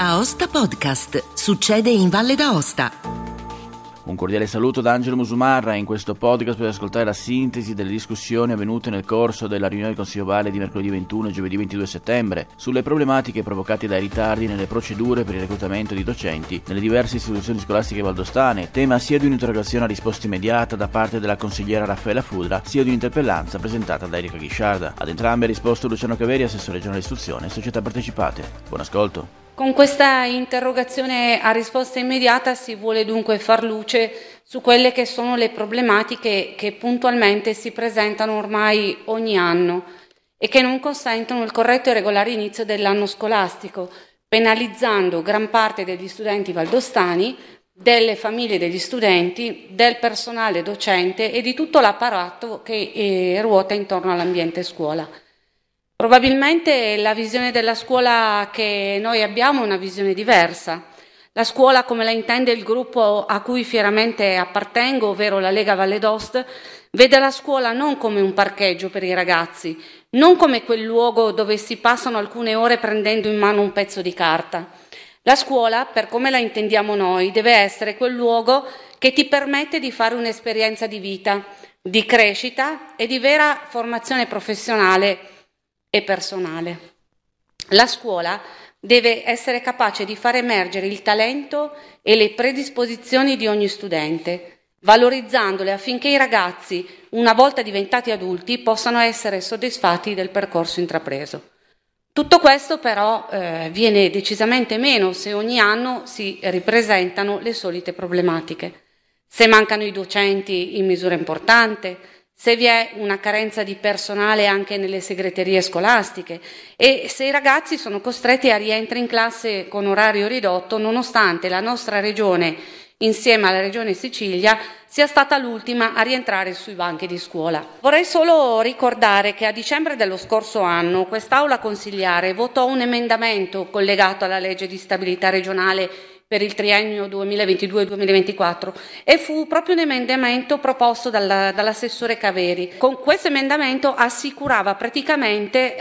Aosta Podcast. Succede in Valle d'Aosta. Un cordiale saluto da Angelo Musumarra in questo podcast per ascoltare la sintesi delle discussioni avvenute nel corso della riunione del Consiglio Valle di mercoledì 21 e giovedì 22 settembre sulle problematiche provocate dai ritardi nelle procedure per il reclutamento di docenti nelle diverse istituzioni scolastiche valdostane, tema sia di un'interrogazione a risposta immediata da parte della consigliera Raffaella Fudra, sia di un'interpellanza presentata da Erika Ghisciarda. Ad entrambe ha risposto Luciano Caveri, assessore regionale istruzione e società partecipate. Buon ascolto. Con questa interrogazione a risposta immediata si vuole dunque far luce su quelle che sono le problematiche che puntualmente si presentano ormai ogni anno e che non consentono il corretto e regolare inizio dell'anno scolastico, penalizzando gran parte degli studenti valdostani, delle famiglie degli studenti, del personale docente e di tutto l'apparato che ruota intorno all'ambiente scuola. Probabilmente la visione della scuola che noi abbiamo è una visione diversa. La scuola, come la intende il gruppo a cui fieramente appartengo, ovvero la Lega Valle d'Aosta, vede la scuola non come un parcheggio per i ragazzi, non come quel luogo dove si passano alcune ore prendendo in mano un pezzo di carta. La scuola, per come la intendiamo noi, deve essere quel luogo che ti permette di fare un'esperienza di vita, di crescita e di vera formazione professionale e personale. La scuola deve essere capace di far emergere il talento e le predisposizioni di ogni studente, valorizzandole affinché i ragazzi, una volta diventati adulti, possano essere soddisfatti del percorso intrapreso. Tutto questo però viene decisamente meno se ogni anno si ripresentano le solite problematiche. Se mancano i docenti in misura importante, se vi è una carenza di personale anche nelle segreterie scolastiche e se i ragazzi sono costretti a rientrare in classe con orario ridotto, nonostante la nostra regione, insieme alla regione Sicilia, sia stata l'ultima a rientrare sui banchi di scuola. Vorrei solo ricordare che a dicembre dello scorso anno quest'Aula consigliare votò un emendamento collegato alla legge di stabilità regionale per il triennio 2022-2024 e fu proprio un emendamento proposto dall'assessore Caveri. Con questo emendamento assicurava praticamente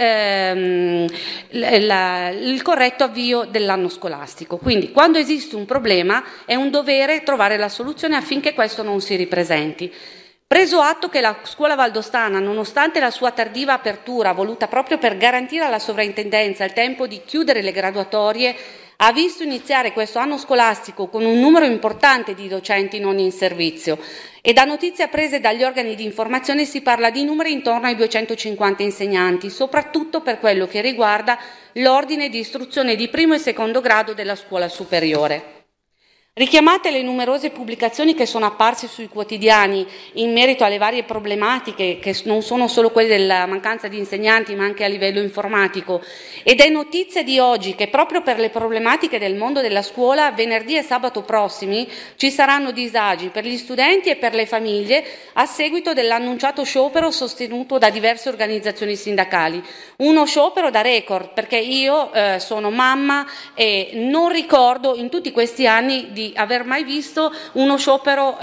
il corretto avvio dell'anno scolastico. Quindi quando esiste un problema è un dovere trovare la soluzione affinché questo non si ripresenti. Preso atto che la scuola valdostana, nonostante la sua tardiva apertura, voluta proprio per garantire alla sovrintendenza il tempo di chiudere le graduatorie, ha visto iniziare questo anno scolastico con un numero importante di docenti non in servizio e da notizie apprese dagli organi di informazione si parla di numeri intorno ai 250 insegnanti, soprattutto per quello che riguarda l'ordine di istruzione di primo e secondo grado della scuola superiore. Richiamate le numerose pubblicazioni che sono apparse sui quotidiani in merito alle varie problematiche, che non sono solo quelle della mancanza di insegnanti ma anche a livello informatico, ed è notizia di oggi che proprio per le problematiche del mondo della scuola venerdì e sabato prossimi ci saranno disagi per gli studenti e per le famiglie a seguito dell'annunciato sciopero sostenuto da diverse organizzazioni sindacali. Uno sciopero da record, perché io sono mamma e non ricordo in tutti questi anni di aver mai visto uno sciopero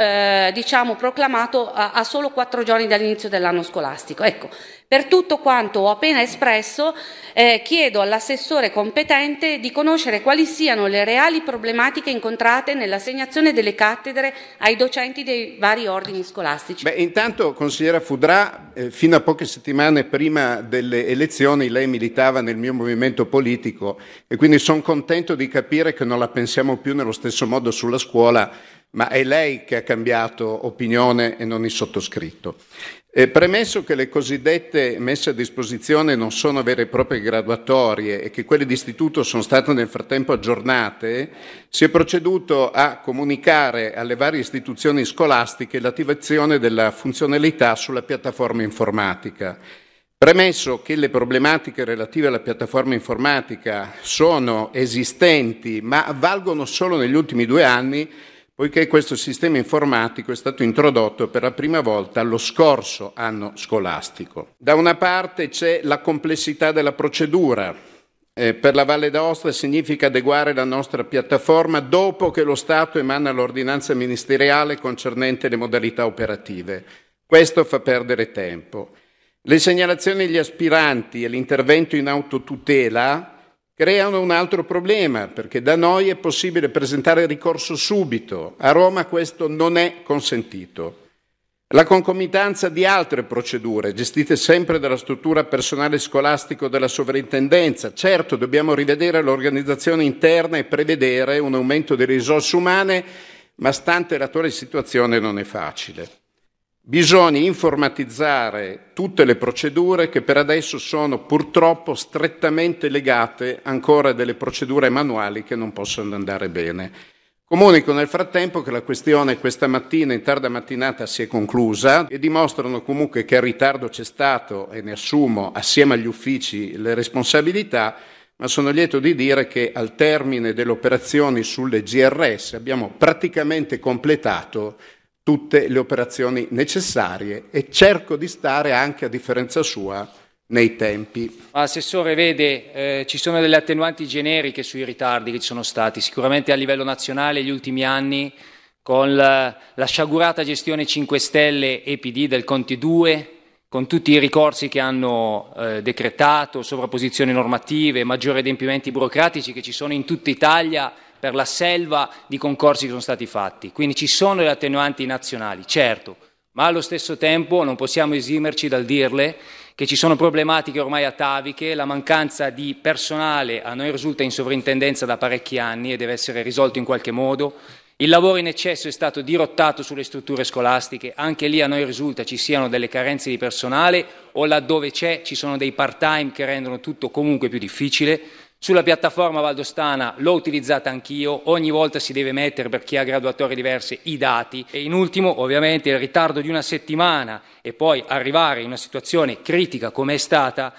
proclamato a solo 4 giorni dall'inizio dell'anno scolastico. Ecco, per tutto quanto ho appena espresso chiedo all'assessore competente di conoscere quali siano le reali problematiche incontrate nell'assegnazione delle cattedre ai docenti dei vari ordini scolastici. Intanto, consigliera Fudra, fino a poche settimane prima delle elezioni lei militava nel mio movimento politico e quindi sono contento di capire che non la pensiamo più nello stesso modo sulla scuola, ma è lei che ha cambiato opinione e non il sottoscritto. Premesso che le cosiddette messe a disposizione non sono vere e proprie graduatorie e che quelle d'istituto sono state nel frattempo aggiornate, si è proceduto a comunicare alle varie istituzioni scolastiche l'attivazione della funzionalità sulla piattaforma informatica. Premesso che le problematiche relative alla piattaforma informatica sono esistenti ma valgono solo negli ultimi 2 anni, poiché questo sistema informatico è stato introdotto per la prima volta lo scorso anno scolastico. Da una parte c'è la complessità della procedura. Per la Valle d'Aosta significa adeguare la nostra piattaforma dopo che lo Stato emana l'ordinanza ministeriale concernente le modalità operative. Questo fa perdere tempo. Le segnalazioni agli aspiranti e l'intervento in autotutela creano un altro problema, perché da noi è possibile presentare ricorso subito, a Roma questo non è consentito. La concomitanza di altre procedure, gestite sempre dalla struttura personale scolastico della sovrintendenza. Certo, dobbiamo rivedere l'organizzazione interna e prevedere un aumento delle risorse umane, ma stante l'attuale situazione non è facile. Bisogna informatizzare tutte le procedure che per adesso sono purtroppo strettamente legate ancora a delle procedure manuali che non possono andare bene. Comunico nel frattempo che la questione questa mattina in tarda mattinata si è conclusa e dimostrano comunque che il ritardo c'è stato e ne assumo assieme agli uffici le responsabilità, ma sono lieto di dire che al termine delle operazioni sulle GRS abbiamo praticamente completato tutte le operazioni necessarie e cerco di stare anche, a differenza sua, nei tempi. Assessore, vede, ci sono delle attenuanti generiche sui ritardi che ci sono stati, sicuramente a livello nazionale negli ultimi anni, con la sciagurata gestione 5 Stelle e PD del Conte 2, con tutti i ricorsi che hanno decretato, sovrapposizioni normative, maggiori adempimenti burocratici che ci sono in tutta Italia per la selva di concorsi che sono stati fatti. Quindi ci sono le attenuanti nazionali, certo, ma allo stesso tempo non possiamo esimerci dal dirle che ci sono problematiche ormai ataviche, la mancanza di personale a noi risulta in sovrintendenza da parecchi anni e deve essere risolto in qualche modo. Il lavoro in eccesso è stato dirottato sulle strutture scolastiche, anche lì a noi risulta ci siano delle carenze di personale o laddove c'è ci sono dei part-time che rendono tutto comunque più difficile. Sulla piattaforma Valdostana l'ho utilizzata anch'io, ogni volta si deve mettere per chi ha graduatorie diverse i dati e in ultimo ovviamente il ritardo di una settimana e poi arrivare in una situazione critica come è stata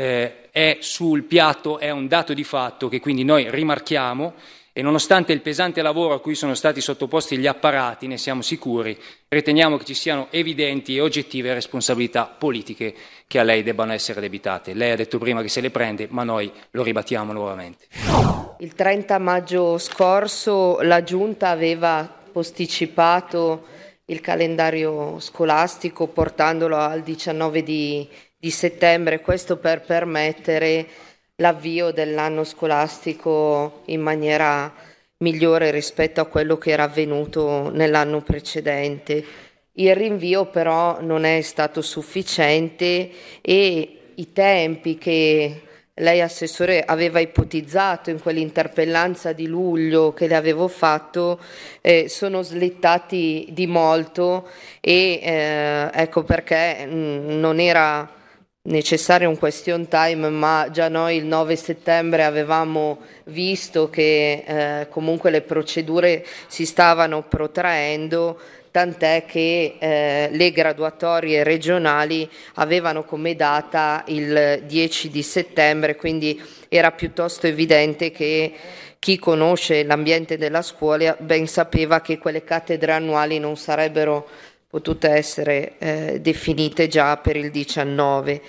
è sul piatto, è un dato di fatto che quindi noi rimarchiamo e nonostante il pesante lavoro a cui sono stati sottoposti gli apparati, ne siamo sicuri, riteniamo che ci siano evidenti e oggettive responsabilità politiche che a lei debbano essere addebitate. Lei ha detto prima che se le prende, ma noi lo ribattiamo nuovamente. Il 30 maggio scorso la Giunta aveva posticipato il calendario scolastico portandolo al 19 di settembre, questo per permettere l'avvio dell'anno scolastico in maniera migliore rispetto a quello che era avvenuto nell'anno precedente. Il rinvio però non è stato sufficiente e i tempi che lei, Assessore, aveva ipotizzato in quell'interpellanza di luglio che le avevo fatto sono slittati di molto e ecco perché non era necessario un question time, ma già noi il 9 settembre avevamo visto che comunque le procedure si stavano protraendo, tant'è che le graduatorie regionali avevano come data il 10 di settembre, quindi era piuttosto evidente che chi conosce l'ambiente della scuola ben sapeva che quelle cattedre annuali non sarebbero potute essere definite già per il 19.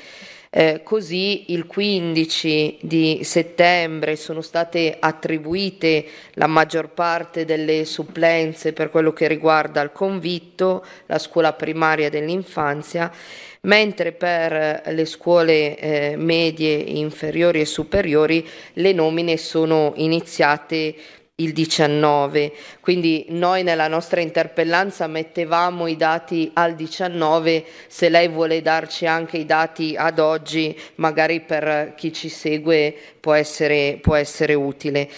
Così il 15 di settembre sono state attribuite la maggior parte delle supplenze per quello che riguarda il convitto, la scuola primaria dell'infanzia, mentre per le scuole medie, inferiori e superiori le nomine sono iniziate il 19, quindi noi nella nostra interpellanza mettevamo i dati al 19, se lei vuole darci anche i dati ad oggi, magari per chi ci segue può essere utile.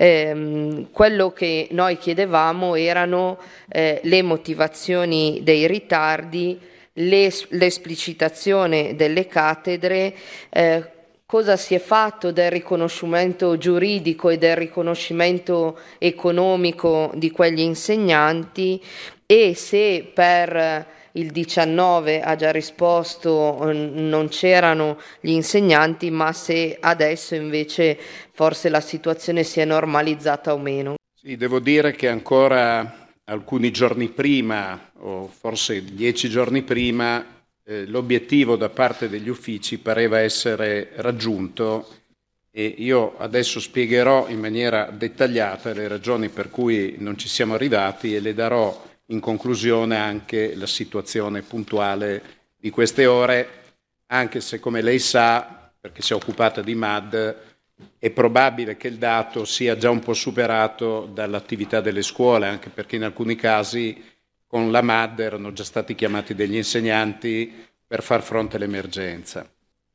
Quello che noi chiedevamo erano le motivazioni dei ritardi, l'esplicitazione delle cattedre, cosa si è fatto del riconoscimento giuridico e del riconoscimento economico di quegli insegnanti e se per il 19 ha già risposto non c'erano gli insegnanti, ma se adesso invece forse la situazione si è normalizzata o meno. Sì, devo dire che ancora alcuni giorni prima, o forse 10 giorni prima, l'obiettivo da parte degli uffici pareva essere raggiunto e io adesso spiegherò in maniera dettagliata le ragioni per cui non ci siamo arrivati e le darò in conclusione anche la situazione puntuale di queste ore, anche se come lei sa, perché si è occupata di MAD, è probabile che il dato sia già un po' superato dall'attività delle scuole, anche perché in alcuni casi con la MAD erano già stati chiamati degli insegnanti per far fronte all'emergenza.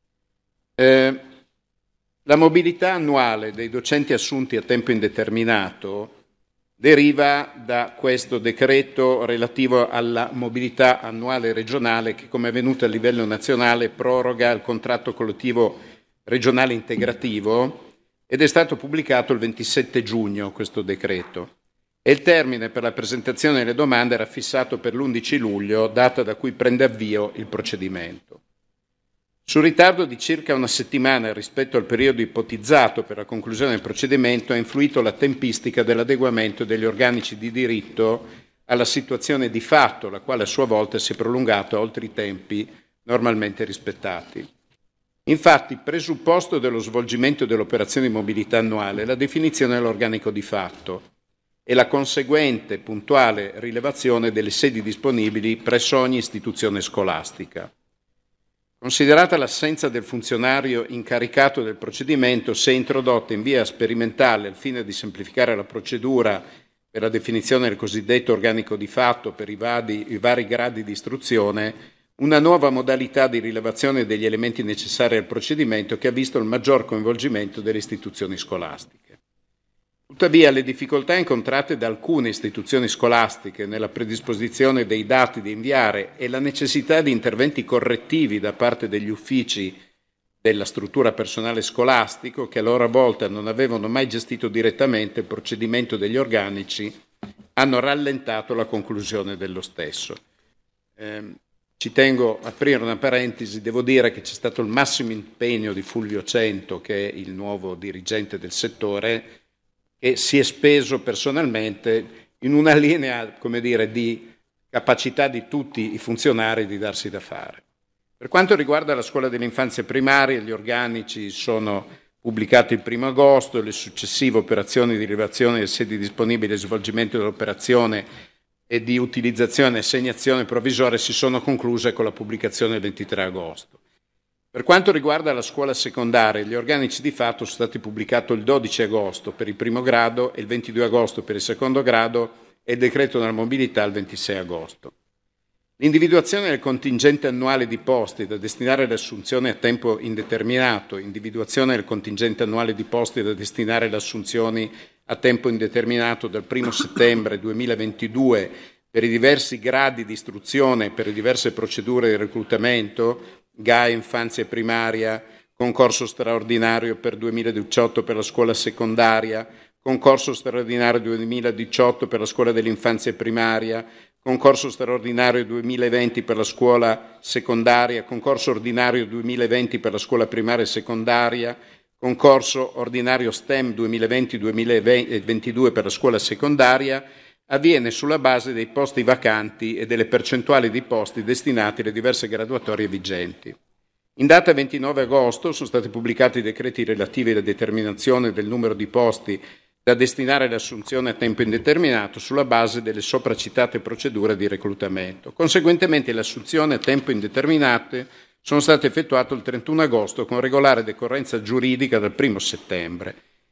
La mobilità annuale dei docenti assunti a tempo indeterminato deriva da questo decreto relativo alla mobilità annuale regionale che, come è avvenuto a livello nazionale, proroga il contratto collettivo regionale integrativo ed è stato pubblicato il 27 giugno questo decreto. E il termine per la presentazione delle domande era fissato per l'11 luglio, data da cui prende avvio il procedimento. Sul ritardo di circa una settimana rispetto al periodo ipotizzato per la conclusione del procedimento ha influito la tempistica dell'adeguamento degli organici di diritto alla situazione di fatto, la quale a sua volta si è prolungata oltre i tempi normalmente rispettati. Infatti, presupposto dello svolgimento dell'operazione di mobilità annuale è la definizione dell'organico di fatto e la conseguente puntuale rilevazione delle sedi disponibili presso ogni istituzione scolastica. Considerata l'assenza del funzionario incaricato del procedimento, si è introdotta in via sperimentale, al fine di semplificare la procedura per la definizione del cosiddetto organico di fatto per i vari gradi di istruzione, una nuova modalità di rilevazione degli elementi necessari al procedimento che ha visto il maggior coinvolgimento delle istituzioni scolastiche. Tuttavia, le difficoltà incontrate da alcune istituzioni scolastiche nella predisposizione dei dati da inviare e la necessità di interventi correttivi da parte degli uffici della struttura personale scolastico, che a loro volta non avevano mai gestito direttamente il procedimento degli organici, hanno rallentato la conclusione dello stesso. Ci tengo a aprire una parentesi, devo dire che c'è stato il massimo impegno di Fulvio Cento, che è il nuovo dirigente del settore, e si è speso personalmente in una linea, come dire, di capacità di tutti i funzionari di darsi da fare. Per quanto riguarda la scuola dell'infanzia primaria, gli organici sono pubblicati il 1 agosto, le successive operazioni di rilevazione delle sedi disponibili e svolgimento dell'operazione e di utilizzazione e assegnazione provvisoria si sono concluse con la pubblicazione il 23 agosto. Per quanto riguarda la scuola secondaria, gli organici di fatto sono stati pubblicati il 12 agosto per il primo grado e il 22 agosto per il secondo grado e il decreto della mobilità il 26 agosto. L'individuazione del contingente annuale di posti da destinare alle assunzioni a tempo indeterminato, individuazione del contingente annuale di posti da destinare alle assunzioni a tempo indeterminato dal 1 settembre 2022 per i diversi gradi di istruzione e per le diverse procedure di reclutamento, GAE infanzia primaria, concorso straordinario per 2018 per la scuola secondaria, concorso straordinario 2018 per la scuola dell'infanzia primaria, concorso straordinario 2020 per la scuola secondaria, concorso ordinario 2020 per la scuola primaria e secondaria, concorso ordinario STEM 2020-2022 per la scuola secondaria, avviene sulla base dei posti vacanti e delle percentuali di posti destinati alle diverse graduatorie vigenti. In data 29 agosto sono stati pubblicati i decreti relativi alla determinazione del numero di posti da destinare alle assunzioni a tempo indeterminato sulla base delle sopracitate procedure di reclutamento. Conseguentemente le assunzioni a tempo indeterminato sono state effettuate il 31 agosto con regolare decorrenza giuridica dal 1 settembre.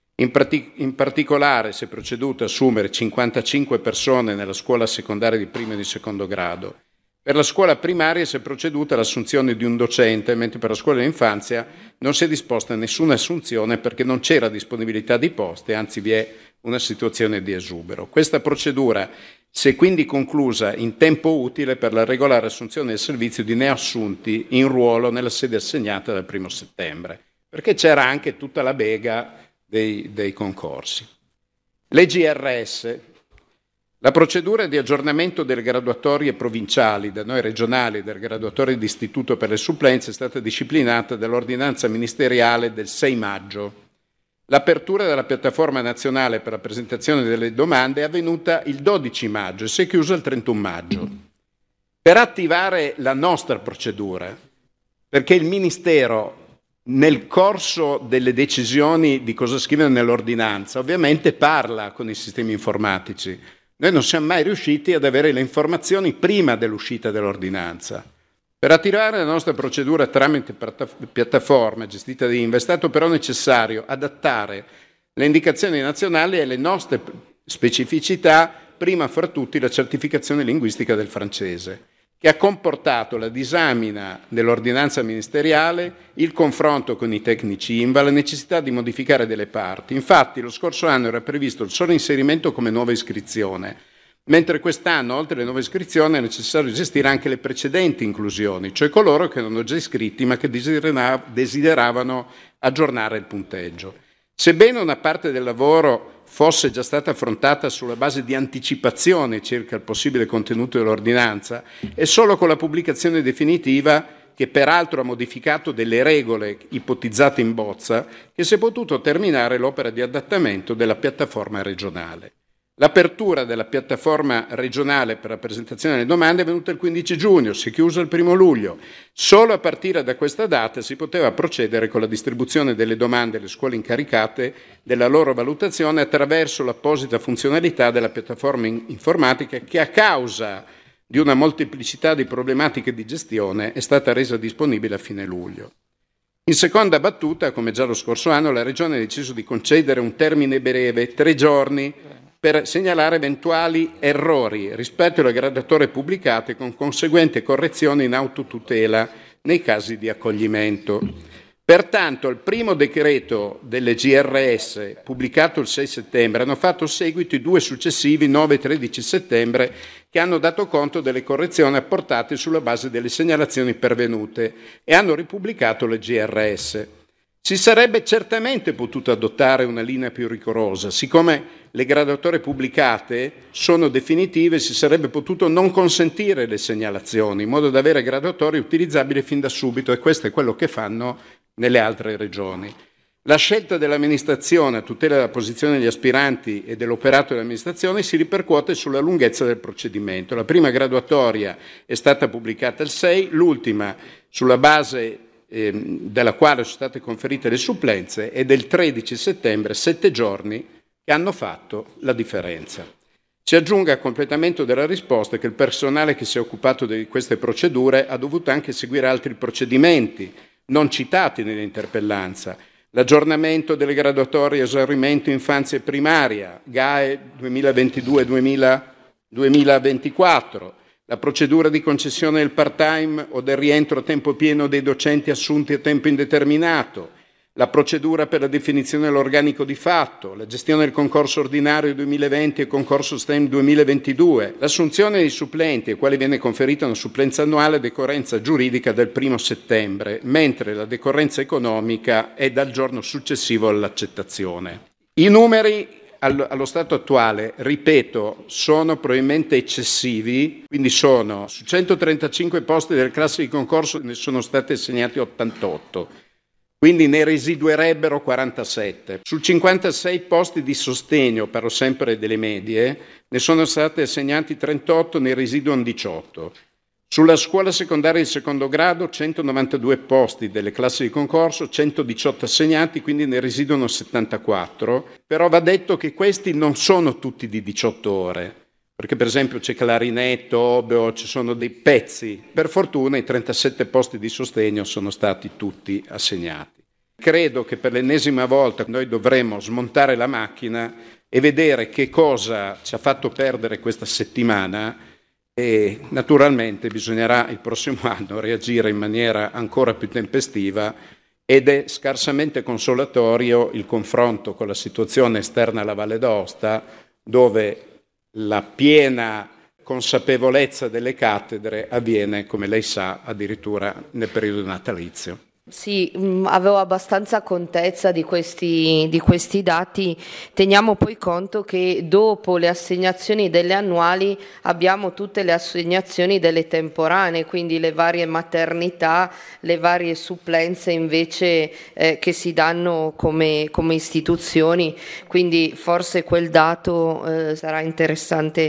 In particolare si è proceduto a assumere 55 persone nella scuola secondaria di primo e di secondo grado. Per la scuola primaria si è proceduto all'assunzione di un docente, mentre per la scuola dell'infanzia non si è disposta nessuna assunzione perché non c'era disponibilità di posti, anzi vi è una situazione di esubero. Questa procedura si è quindi conclusa in tempo utile per la regolare assunzione del servizio di neoassunti in ruolo nella sede assegnata dal 1 settembre, perché c'era anche tutta la bega dei concorsi. Le GRS. La procedura di aggiornamento delle graduatorie provinciali, da noi regionali, delle graduatorie di istituto per le supplenze è stata disciplinata dall'ordinanza ministeriale del 6 maggio. L'apertura della piattaforma nazionale per la presentazione delle domande è avvenuta il 12 maggio e si è chiusa il 31 maggio. Per attivare la nostra procedura, perché il Ministero nel corso delle decisioni di cosa scrivere nell'ordinanza, ovviamente parla con i sistemi informatici. Noi non siamo mai riusciti ad avere le informazioni prima dell'uscita dell'ordinanza. Per attivare la nostra procedura tramite piattaforma gestita da INVA è stato però necessario adattare le indicazioni nazionali alle nostre specificità, prima fra tutti la certificazione linguistica del francese, che ha comportato la disamina dell'ordinanza ministeriale, il confronto con i tecnici INVA, la necessità di modificare delle parti. Infatti lo scorso anno era previsto il solo inserimento come nuova iscrizione, mentre quest'anno, oltre alle nuove iscrizioni, è necessario gestire anche le precedenti inclusioni, cioè coloro che erano già iscritti ma che desideravano aggiornare il punteggio. Sebbene una parte del lavoro fosse già stata affrontata sulla base di anticipazione circa il possibile contenuto dell'ordinanza, è solo con la pubblicazione definitiva, che peraltro ha modificato delle regole ipotizzate in bozza, che si è potuto terminare l'opera di adattamento della piattaforma regionale. L'apertura della piattaforma regionale per la presentazione delle domande è venuta il 15 giugno, si è chiusa il 1 luglio. Solo a partire da questa data si poteva procedere con la distribuzione delle domande alle scuole incaricate della loro valutazione attraverso l'apposita funzionalità della piattaforma informatica che, a causa di una molteplicità di problematiche di gestione, è stata resa disponibile a fine luglio. In seconda battuta, come già lo scorso anno, la Regione ha deciso di concedere un termine breve, 3 giorni, per segnalare eventuali errori rispetto alle graduatorie pubblicate con conseguente correzione in autotutela nei casi di accoglimento. Pertanto, al primo decreto delle GRS, pubblicato il 6 settembre, hanno fatto seguito i 2 successivi, 9 e 13 settembre, che hanno dato conto delle correzioni apportate sulla base delle segnalazioni pervenute e hanno ripubblicato le GRS. Si sarebbe certamente potuto adottare una linea più rigorosa, siccome le graduatorie pubblicate sono definitive, si sarebbe potuto non consentire le segnalazioni, in modo da avere graduatorie utilizzabili fin da subito, e questo è quello che fanno nelle altre regioni. La scelta dell'amministrazione a tutela della posizione degli aspiranti e dell'operato dell'amministrazione si ripercuote sulla lunghezza del procedimento. La prima graduatoria è stata pubblicata il 6, l'ultima, sulla base della quale sono state conferite le supplenze, è del 13 settembre, 7 giorni che hanno fatto la differenza. Si aggiunga a completamento della risposta che il personale che si è occupato di queste procedure ha dovuto anche seguire altri procedimenti non citati nell'interpellanza: l'aggiornamento delle graduatorie esaurimento infanzia e primaria, GAE 2022-2024, la procedura di concessione del part-time o del rientro a tempo pieno dei docenti assunti a tempo indeterminato, la procedura per la definizione dell'organico di fatto, la gestione del concorso ordinario 2020 e concorso STEM 2022, l'assunzione dei supplenti ai quali viene conferita una supplenza annuale a decorrenza giuridica del 1 settembre, mentre la decorrenza economica è dal giorno successivo all'accettazione. I numeri allo stato attuale, ripeto, sono probabilmente eccessivi, quindi sono su 135 posti delle classi di concorso ne sono stati assegnati 88, quindi ne residuerebbero 47. Su 56 posti di sostegno, parlo sempre delle medie, ne sono stati assegnati 38, ne residuano 18. Sulla scuola secondaria di secondo grado 192 posti delle classi di concorso, 118 assegnati, quindi ne residuano 74, però va detto che questi non sono tutti di 18 ore, perché per esempio c'è clarinetto, oboe, ci sono dei pezzi. Per fortuna i 37 posti di sostegno sono stati tutti assegnati. Credo che per l'ennesima volta noi dovremo smontare la macchina e vedere che cosa ci ha fatto perdere questa settimana, e naturalmente bisognerà il prossimo anno reagire in maniera ancora più tempestiva, ed è scarsamente consolatorio il confronto con la situazione esterna alla Valle d'Aosta, dove la piena consapevolezza delle cattedre avviene, come lei sa, addirittura nel periodo natalizio. Sì, avevo abbastanza contezza di questi dati. Teniamo poi conto che dopo le assegnazioni delle annuali abbiamo tutte le assegnazioni delle temporanee, quindi le varie maternità, le varie supplenze invece che si danno come istituzioni, quindi forse quel dato sarà interessante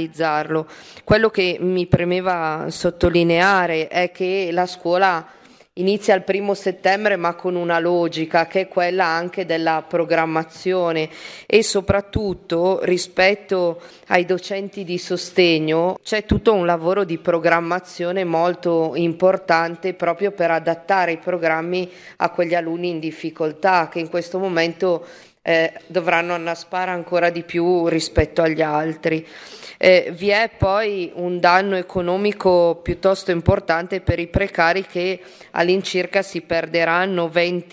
analizzarlo. Quello che mi premeva sottolineare è che la scuola inizia il 1° settembre, ma con una logica che è quella anche della programmazione, e soprattutto rispetto ai docenti di sostegno c'è tutto un lavoro di programmazione molto importante proprio per adattare i programmi a quegli alunni in difficoltà che in questo momento dovranno annaspare ancora di più rispetto agli altri. Vi è poi un danno economico piuttosto importante per i precari, che all'incirca si perderanno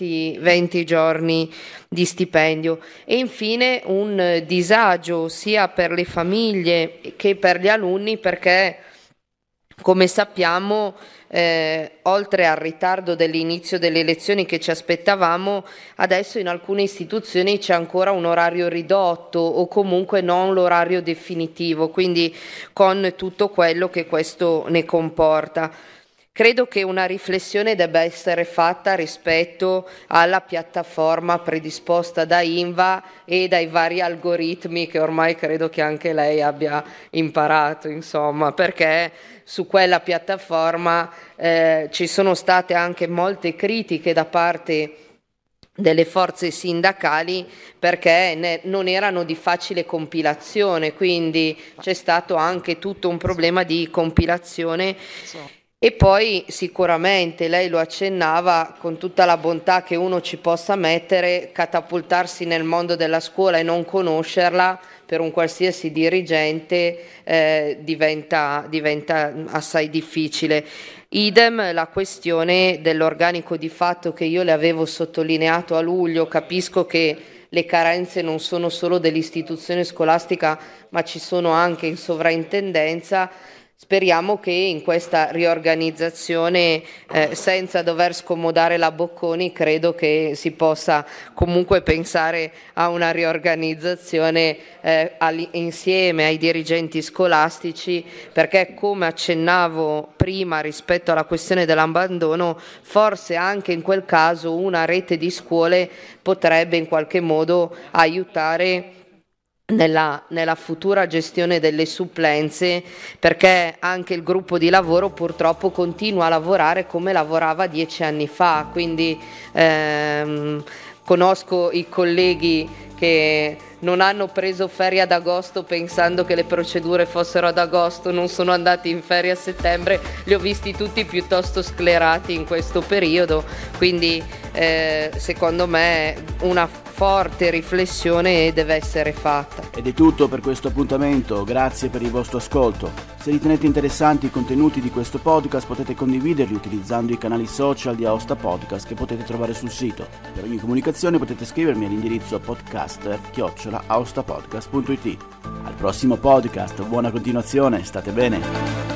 20 giorni di stipendio, e infine un disagio sia per le famiglie che per gli alunni, perché come sappiamo oltre al ritardo dell'inizio delle lezioni che ci aspettavamo, adesso in alcune istituzioni c'è ancora un orario ridotto o comunque non l'orario definitivo, quindi con tutto quello che questo ne comporta. Credo che una riflessione debba essere fatta rispetto alla piattaforma predisposta da INVA e dai vari algoritmi che ormai credo che anche lei abbia imparato, insomma, perché su quella piattaforma ci sono state anche molte critiche da parte delle forze sindacali, perché non erano di facile compilazione, quindi c'è stato anche tutto un problema di compilazione. E poi sicuramente, lei lo accennava, con tutta la bontà che uno ci possa mettere, catapultarsi nel mondo della scuola e non conoscerla per un qualsiasi dirigente diventa assai difficile. Idem la questione dell'organico di fatto che io le avevo sottolineato a luglio. Capisco che le carenze non sono solo dell'istituzione scolastica, ma ci sono anche in sovrintendenza. Speriamo che in questa riorganizzazione, senza dover scomodare la Bocconi, credo che si possa comunque pensare a una riorganizzazione insieme ai dirigenti scolastici, perché come accennavo prima rispetto alla questione dell'abbandono, forse anche in quel caso una rete di scuole potrebbe in qualche modo aiutare nella futura gestione delle supplenze, perché anche il gruppo di lavoro purtroppo continua a lavorare come lavorava 10 anni fa, quindi conosco i colleghi che non hanno preso ferie ad agosto pensando che le procedure fossero ad agosto, non sono andati in ferie a settembre, li ho visti tutti piuttosto sclerati in questo periodo, quindi secondo me una forte riflessione deve essere fatta. Ed è tutto per questo appuntamento, grazie per il vostro ascolto. Se ritenete interessanti i contenuti di questo podcast potete condividerli utilizzando i canali social di Aosta Podcast che potete trovare sul sito. Per ogni comunicazione potete scrivermi all'indirizzo podcaster@aostapodcast.it. Al prossimo podcast, buona continuazione, state bene!